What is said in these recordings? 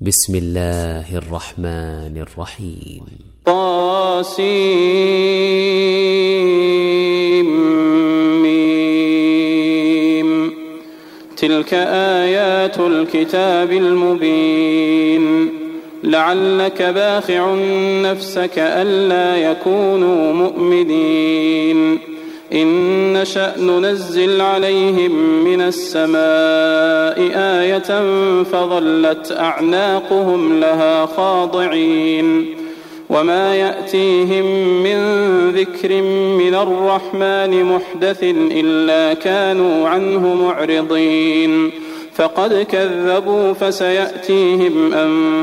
بسم الله الرحمن الرحيم. طاسيم. تلك آيات الكتاب المبين. لعلك باخع نفسك ألا يكونوا مؤمنين. إن نشأ ننزل عليهم من السماء آية فظلت أعناقهم لها خاضعين. وما يأتيهم من ذكر من الرحمن محدث إلا كانوا عنه معرضين. فقد كذبوا فسيأتيهم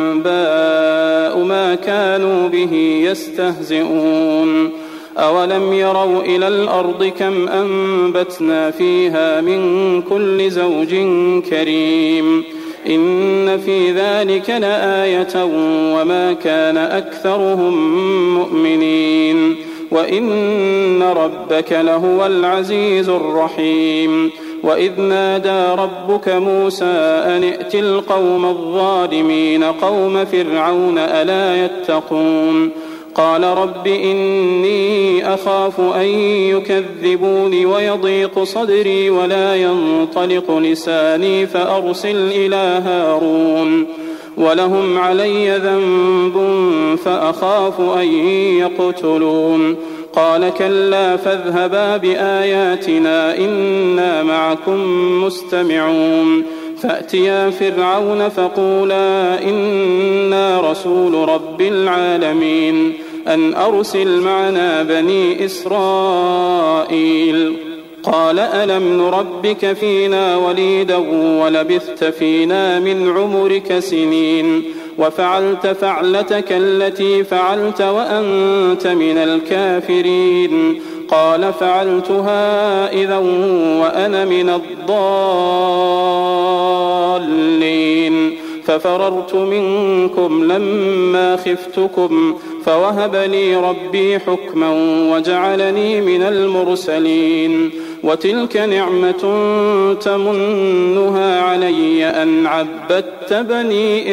أنباء ما كانوا به يستهزئون. أولم يروا إلى الأرض كم أنبتنا فيها من كل زوج كريم. إن في ذلك لآية وما كان أكثرهم مؤمنين. وإن ربك لهو العزيز الرحيم. وإذ نادى ربك موسى أن ائت القوم الظالمين قوم فرعون ألا يتقون. قال رب إني أخاف أن يكذبوني ويضيق صدري ولا ينطلق لساني فأرسل إلى هارون ولهم علي ذنب فأخاف أن يقتلون. قال كلا فاذهبا بآياتنا إنا معكم مستمعون. فأتيا فرعون فقولا إنا رسول رب العالمين أن أرسل معنا بني إسرائيل. قال ألم نربك فينا وليدا ولبثت فينا من عمرك سنين وفعلت فعلتك التي فعلت وأنت من الكافرين. قال فعلتها إذا وأنا من الضالين. ففررت منكم لما خفتكم فوهب لي ربي حكما وجعلني من المرسلين. وتلك نعمة تمنها علي أن عبدت بني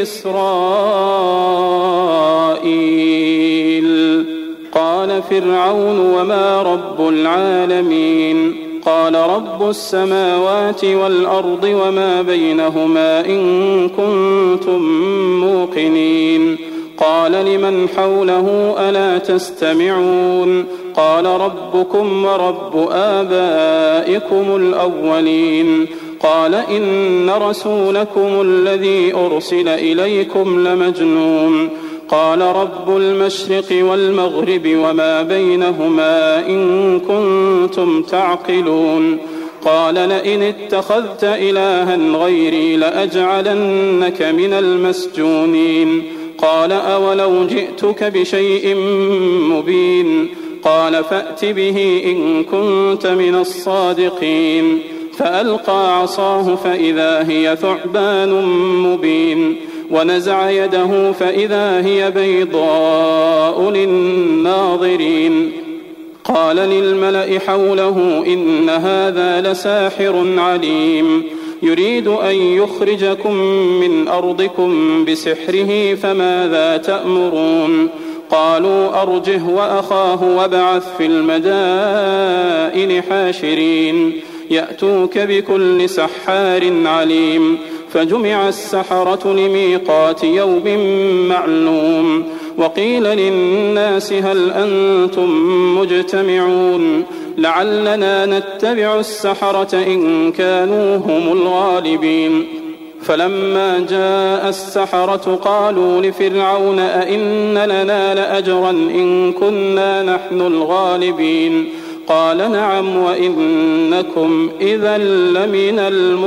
إسرائيل. قال فرعون وما رب العالمين. قال رب السماوات والأرض وما بينهما إن كنتم موقنين. قال لمن حوله ألا تستمعون. قال ربكم ورب آبائكم الأولين. قال إن رسولكم الذي أرسل إليكم لمجنون. قال رب المشرق والمغرب وما بينهما إن كنتم تعقلون. قال لئن اتخذت إلها غيري لأجعلنك من المسجونين. قال أولو جئتك بشيء مبين. قال فأت به إن كنت من الصادقين. فألقى عصاه فإذا هي ثعبان مبين. ونزع يده فإذا هي بيضاء للناظرين. قال للملأ حوله إن هذا لساحر عليم يريد أن يخرجكم من أرضكم بسحره فماذا تأمرون. قالوا أرجه وأخاه وابعث في المدائن حاشرين يأتوك بكل سحار عليم. فجمع السحرة لميقات يوم معلوم. وقيل للناس هل أنتم مجتمعون لعلنا نتبع السحرة إن كانوا هم الغالبين. فلما جاء السحرة قالوا لفرعون أئن لنا لأجرا إن كنا نحن الغالبين. قال نعم وإنكم إذا لمن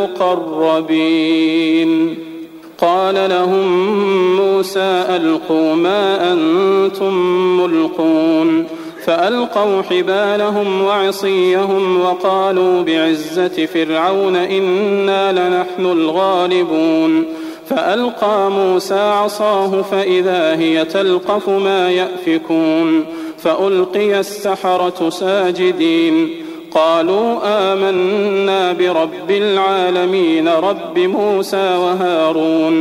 المقربين. قال لهم موسى ألقوا ما أنتم ملقون. فألقوا حبالهم وعصيهم وقالوا بعزة فرعون إنا لنحن الغالبون. فألقى موسى عصاه فإذا هي تلقف ما يأفكون. فألقي السحرة ساجدين قالوا آمنا برب العالمين رب موسى وهارون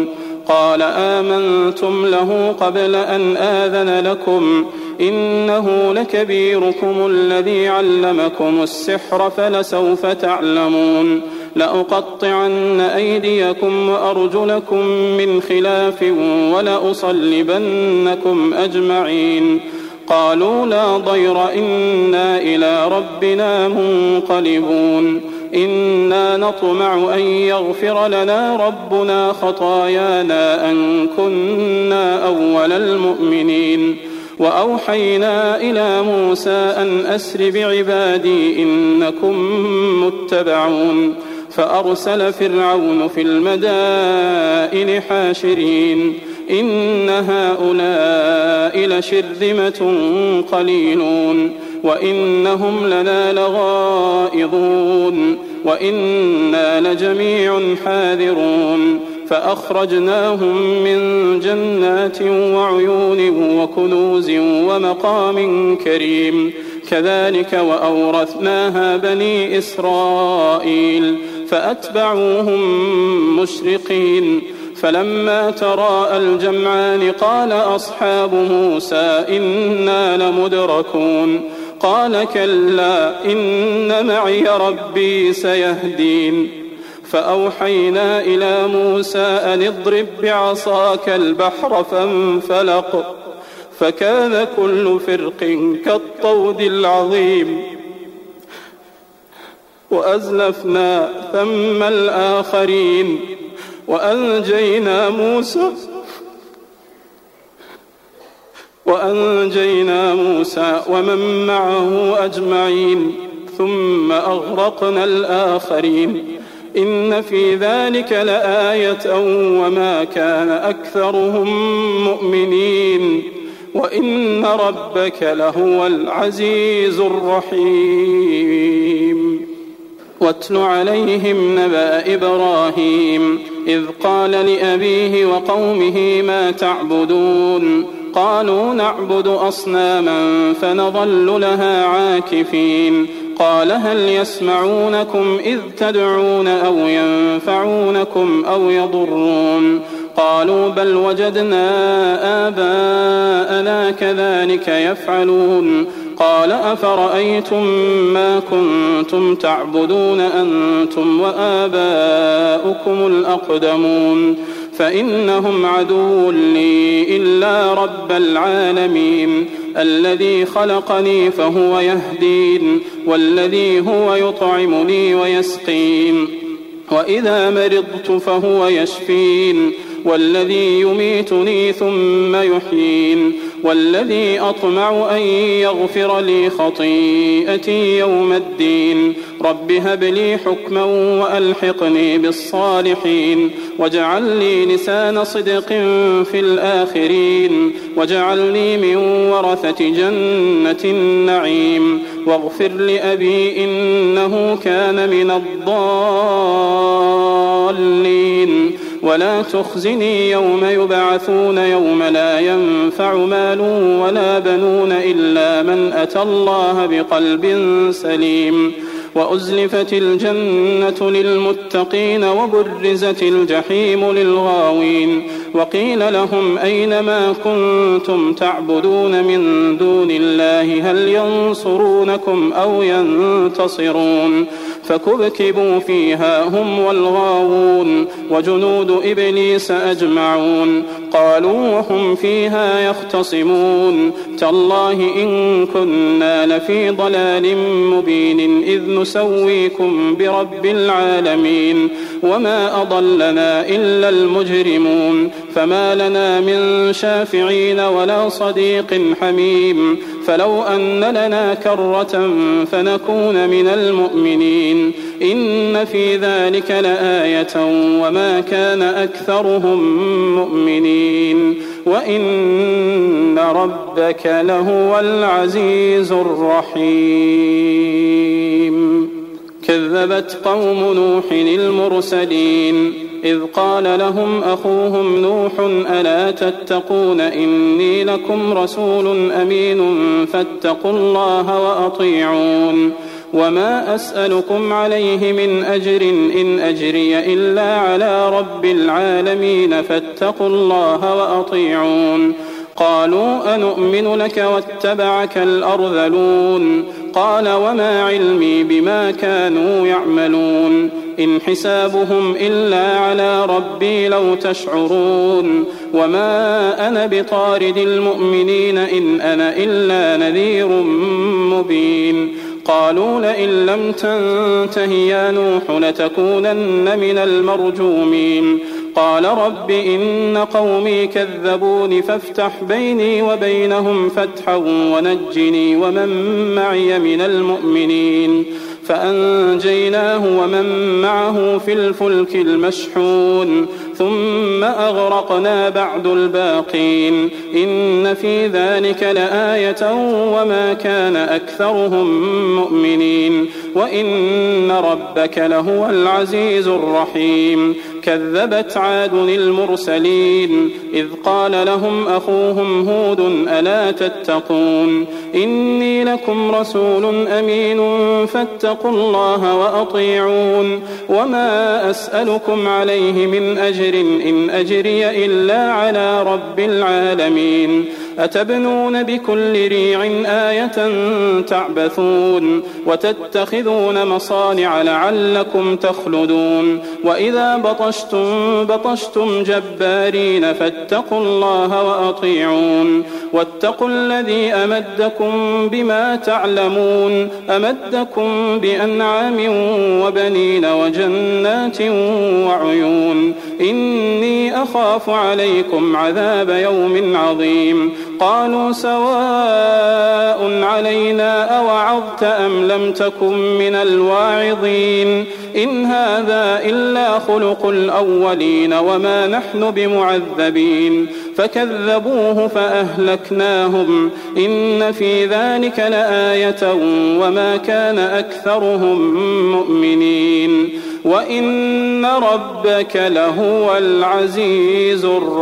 قال آمنتم له قبل أن آذن لكم إنه لكبيركم الذي علمكم السحر فلسوف تعلمون لأقطعن أيديكم وأرجلكم من خلاف ولأصلبنكم أجمعين قالوا لا ضير إنا إلى ربنا منقلبون إنا نطمع أن يغفر لنا ربنا خطايانا أن كنا أول المؤمنين وأوحينا إلى موسى أن أسر بعبادي إنكم متبعون فأرسل فرعون في المدائن حاشرين إن هؤلاء لشرذمة قليلون وإنهم لنا لغائظون وإنا لجميع حاذرون فأخرجناهم من جنات وعيون وكنوز ومقام كريم كذلك وأورثناها بني إسرائيل فأتبعوهم مشرقين فلما تراءى الجمعان قال أصحاب موسى إنا لمدركون قال كلا إن معي ربي سيهدين فأوحينا إلى موسى أن اضرب بعصاك البحر فانفلق فكان كل فرق كالطود العظيم وأزلفنا ثم الآخرين وأنجينا موسى ومن معه أجمعين ثم أغرقنا الآخرين إن في ذلك لآية وما كان أكثرهم مؤمنين وإن ربك لهو العزيز الرحيم واتل عليهم نبأ إبراهيم إذ قال لأبيه وقومه ما تعبدون قالوا نعبد أصناما فنظل لها عاكفين قال هل يسمعونكم إذ تدعون أو ينفعونكم أو يضرون قالوا بل وجدنا آباءنا كذلك يفعلون قال أفرأيتم ما كنتم تعبدون أنتم وآباؤكم الأقدمون فإنهم عدو لي إلا رب العالمين الذي خلقني فهو يهدين والذي هو يطعمني ويسقين وإذا مرضت فهو يشفين والذي يميتني ثم يحيين والذي أطمع أن يغفر لي خطيئتي يوم الدين رب هب لي حكما وألحقني بالصالحين واجعل لي لسان صدق في الآخرين واجعلني من ورثة جنة النعيم واغفر لأبي إنه كان من الضالين ولا تخزني يوم يبعثون يوم لا ينفع مال ولا بنون إلا من أتى الله بقلب سليم وأزلفت الجنة للمتقين وبرزت الجحيم للغاوين وقيل لهم أين ما كنتم تعبدون من دون الله هل ينصرونكم أو ينتصرون فكبكبوا فيها هم والغاوون وجنود إبليس أجمعون قالوا وهم فيها يختصمون تالله إن كنا لفي ضلال مبين إذ نسويكم برب العالمين وما أضلنا إلا المجرمون فما لنا من شافعين ولا صديق حميم فلو أن لنا كرة فنكون من المؤمنين إن في ذلك لآية وما كان أكثرهم مؤمنين وإن ربك لهو العزيز الرحيم كذبت قوم نوح المرسلين إذ قال لهم أخوهم نوح ألا تتقون إني لكم رسول أمين فاتقوا الله وأطيعون وما أسألكم عليه من أجر إن أجري إلا على رب العالمين فاتقوا الله وأطيعون قالوا أنؤمن لك واتبعك الأرذلون قال وما علمي بما كانوا يعملون إن حسابهم إلا على ربي لو تشعرون وما أنا بطارد المؤمنين إن أنا إلا نذير مبين قالوا لئن لم تنته يا نوح لتكونن من المرجومين قال رب إن قومي كذبون فافتح بيني وبينهم فتحا ونجني ومن معي من المؤمنين فأنجيناه ومن معه في الفلك المشحون ثم أغرقنا بعد الباقين إن في ذلك لآية وما كان أكثرهم مؤمنين وإن ربك لهو العزيز الرحيم كذبت عاد المرسلين إذ قال لهم أخوهم هود ألا تتقون إني لكم رسول أمين فاتقوا الله وأطيعون وما أسألكم عليه من أجر إن أجري إلا على رب العالمين أتبنون بكل ريع آية تعبثون وتتخذون مصانع لعلكم تخلدون وإذا بطشتم جبارين فاتقوا الله وأطيعون واتقوا الذي أمدكم بما تعلمون أمدكم بأنعام وبنين وجنات وعيون إني أخاف عليكم عذاب يوم عظيم قالوا سواء علينا أوعظت أم لم تكن من الواعظين إن هذا إلا خلق الأولين وما نحن بمعذبين فكذبوه فأهلكناهم إن في ذلك لآية وما كان أكثرهم مؤمنين وإن ربك لهو العزيز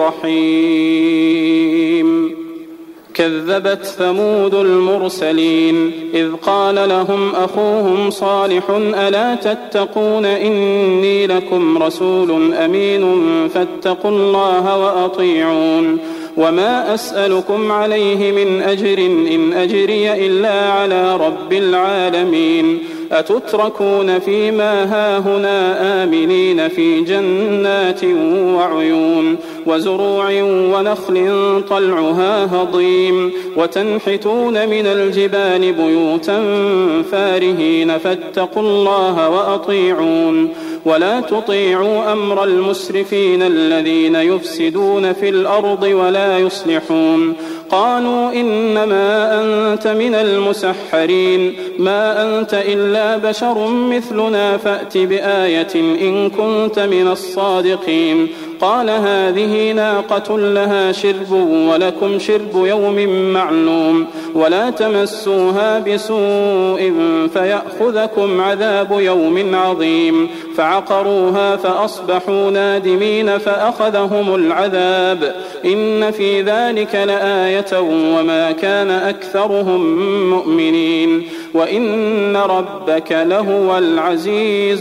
الرحيم كذبت ثمود المرسلين إذ قال لهم أخوهم صالح ألا تتقون إني لكم رسول أمين فاتقوا الله وأطيعون وما أسألكم عليه من أجر إن أجري إلا على رب العالمين أتتركون فيما هاهنا آمنين في جنات وعيون وزروع ونخل طلعها هضيم وتنحتون من الجبال بيوتا فارهين فاتقوا الله وأطيعون ولا تطيعوا أمر المسرفين الذين يفسدون في الأرض ولا يصلحون قالوا إنما أنت من المسحرين ما أنت إلا بشر مثلنا فأت بآية إن كنت من الصادقين قال هذه ناقة لها شرب ولكم شرب يوم معلوم ولا تمسوها بسوء فيأخذكم عذاب يوم عظيم فعقروها فأصبحوا نادمين فأخذهم العذاب إن في ذلك لآية وما كان أكثرهم مؤمنين وإن ربك لهو العزيز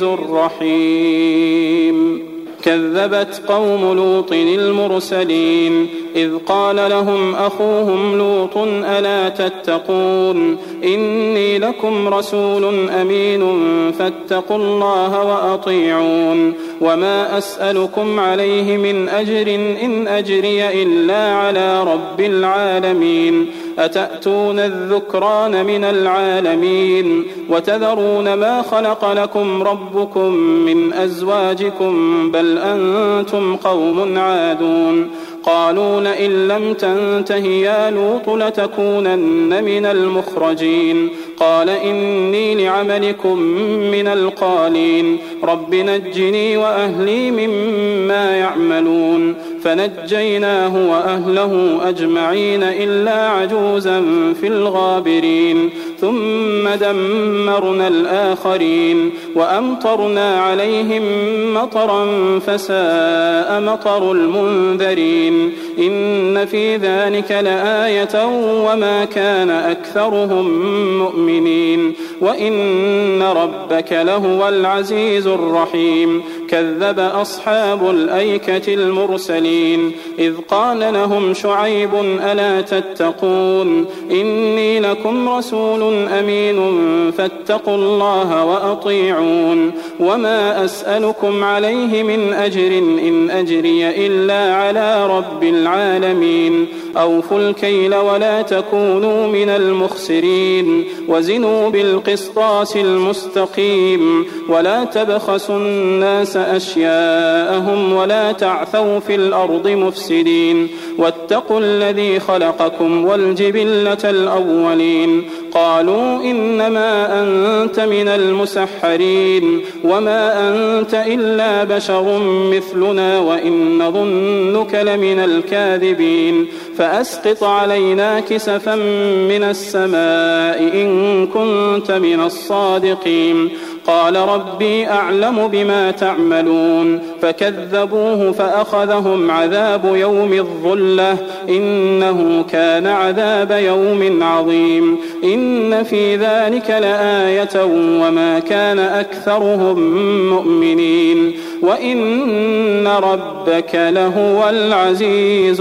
الرحيم كذبت قوم لوط المرسلين إذ قال لهم أخوهم لوط ألا تتقون إني لكم رسول أمين فاتقوا الله وأطيعون وما أسألكم عليه من أجر إن أجري إلا على رب العالمين أتأتون الذكران من العالمين وتذرون ما خلق لكم ربكم من أزواجكم بل أنتم قوم عادون قالوا لئن لم تنته يا لوط لتكونن من المخرجين قال إني لعملكم من القالين رب نجني وأهلي مما يعملون فنجيناه وأهله أجمعين إلا عجوزا في الغابرين ثم دمرنا الآخرين وأمطرنا عليهم مطرا فساء مطر المنذرين إن في ذلك لآية وما كان أكثرهم مؤمنين وإن ربك لهو العزيز الرحيم كذب أصحاب الأيكة المرسلين إذ قال لهم شعيب ألا تتقون إني لكم رسول أمين فاتقوا الله وأطيعون وما أسألكم عليه من أجر إن أجري إلا على رب العالمين أوفوا الكيل ولا تكونوا من المخسرين وزنوا بالقسطاس المستقيم ولا تبخسوا الناس أشياءهم ولا تعثوا في الأرض مفسدين واتقوا الذي خلقكم والجبلة الأولين قالوا إنما أنت من المسحرين وما أنت إلا بشر مثلنا وإن ظنك لمن الكاذبين فأسقط علينا كسفا من السماء إن كنت من الصادقين قال ربي أعلم بما تعملون فكذبوه فأخذهم عذاب يوم الظلة إنه كان عذاب يوم عظيم إن في ذلك لآية وما كان أكثرهم مؤمنين وإن ربك لهو العزيز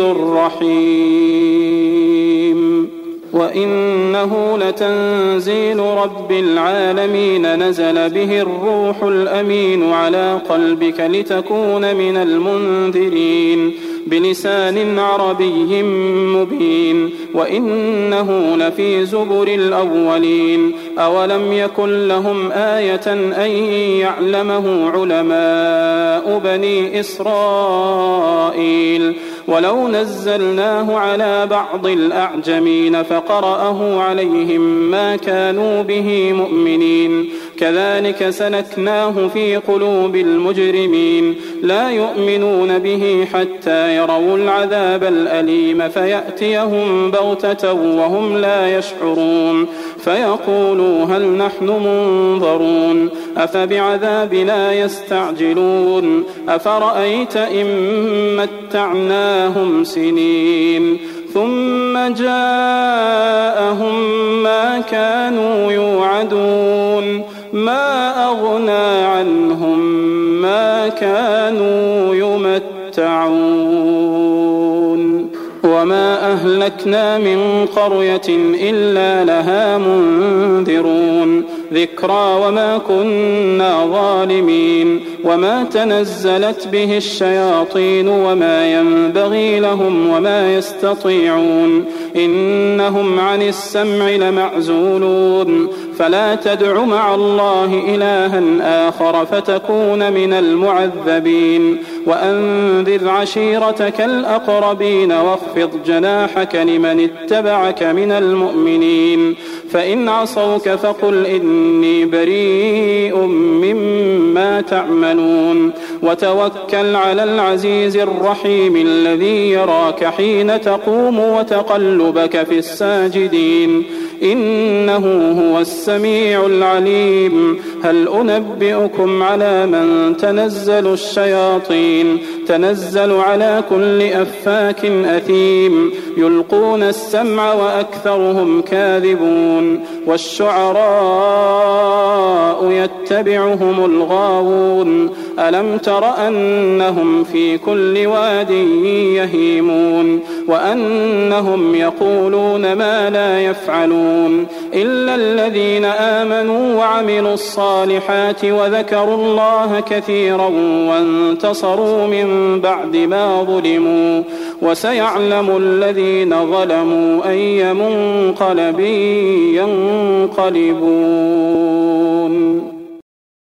الرحيم وإنه لتنزيل رب العالمين نزل به الروح الأمين على قلبك لتكون من المنذرين بلسان عربي مبين وإنه لفي زبر الأولين أولم يكن لهم آية أن يعلمه علماء بني إسرائيل ولو نزلناه على بعض الأعجمين فقرأه عليهم ما كانوا به مؤمنين كذلك سلكناه في قلوب المجرمين لا يؤمنون به حتى يروا العذاب الأليم فيأتيهم بغتة وهم لا يشعرون فيقولوا هل نحن منظرون أفبعذابنا يستعجلون أفرأيت إن متعناهم سنين ثم جاءهم ما كانوا يوعدون ما أغنى عنهم ما كانوا يمتعون وما أهلكنا من قرية إلا لها منذرون ذكرى وما كنا ظالمين وما تنزلت به الشياطين وما ينبغي لهم وما يستطيعون إنهم عن السمع لمعزولون فلا تدع مع الله إلها آخر فتكون من المعذبين وأنذر عشيرتك الأقربين واخفض جناحك لمن اتبعك من المؤمنين فإن عصوك فقل إني بريء مما تعملون وتوكل على العزيز الرحيم الذي يراك حين تقوم وتقلبك في الساجدين إنه هو السميع العليم هل أنبئكم على من تنزل الشياطين تنزل على كل أفاك أثيم يلقون السمع وأكثرهم كاذبون والشعراء يتبعهم الغاوون ألم تر أنهم في كل واد يهيمون وأنهم يقولون ما لا يفعلون إلا الذين آمنوا وعملوا الصالحات وذكروا الله كثيرا وانتصروا من بعد ما ظلموا وسيعلم الذين ظلموا أي منقلب ينقلبون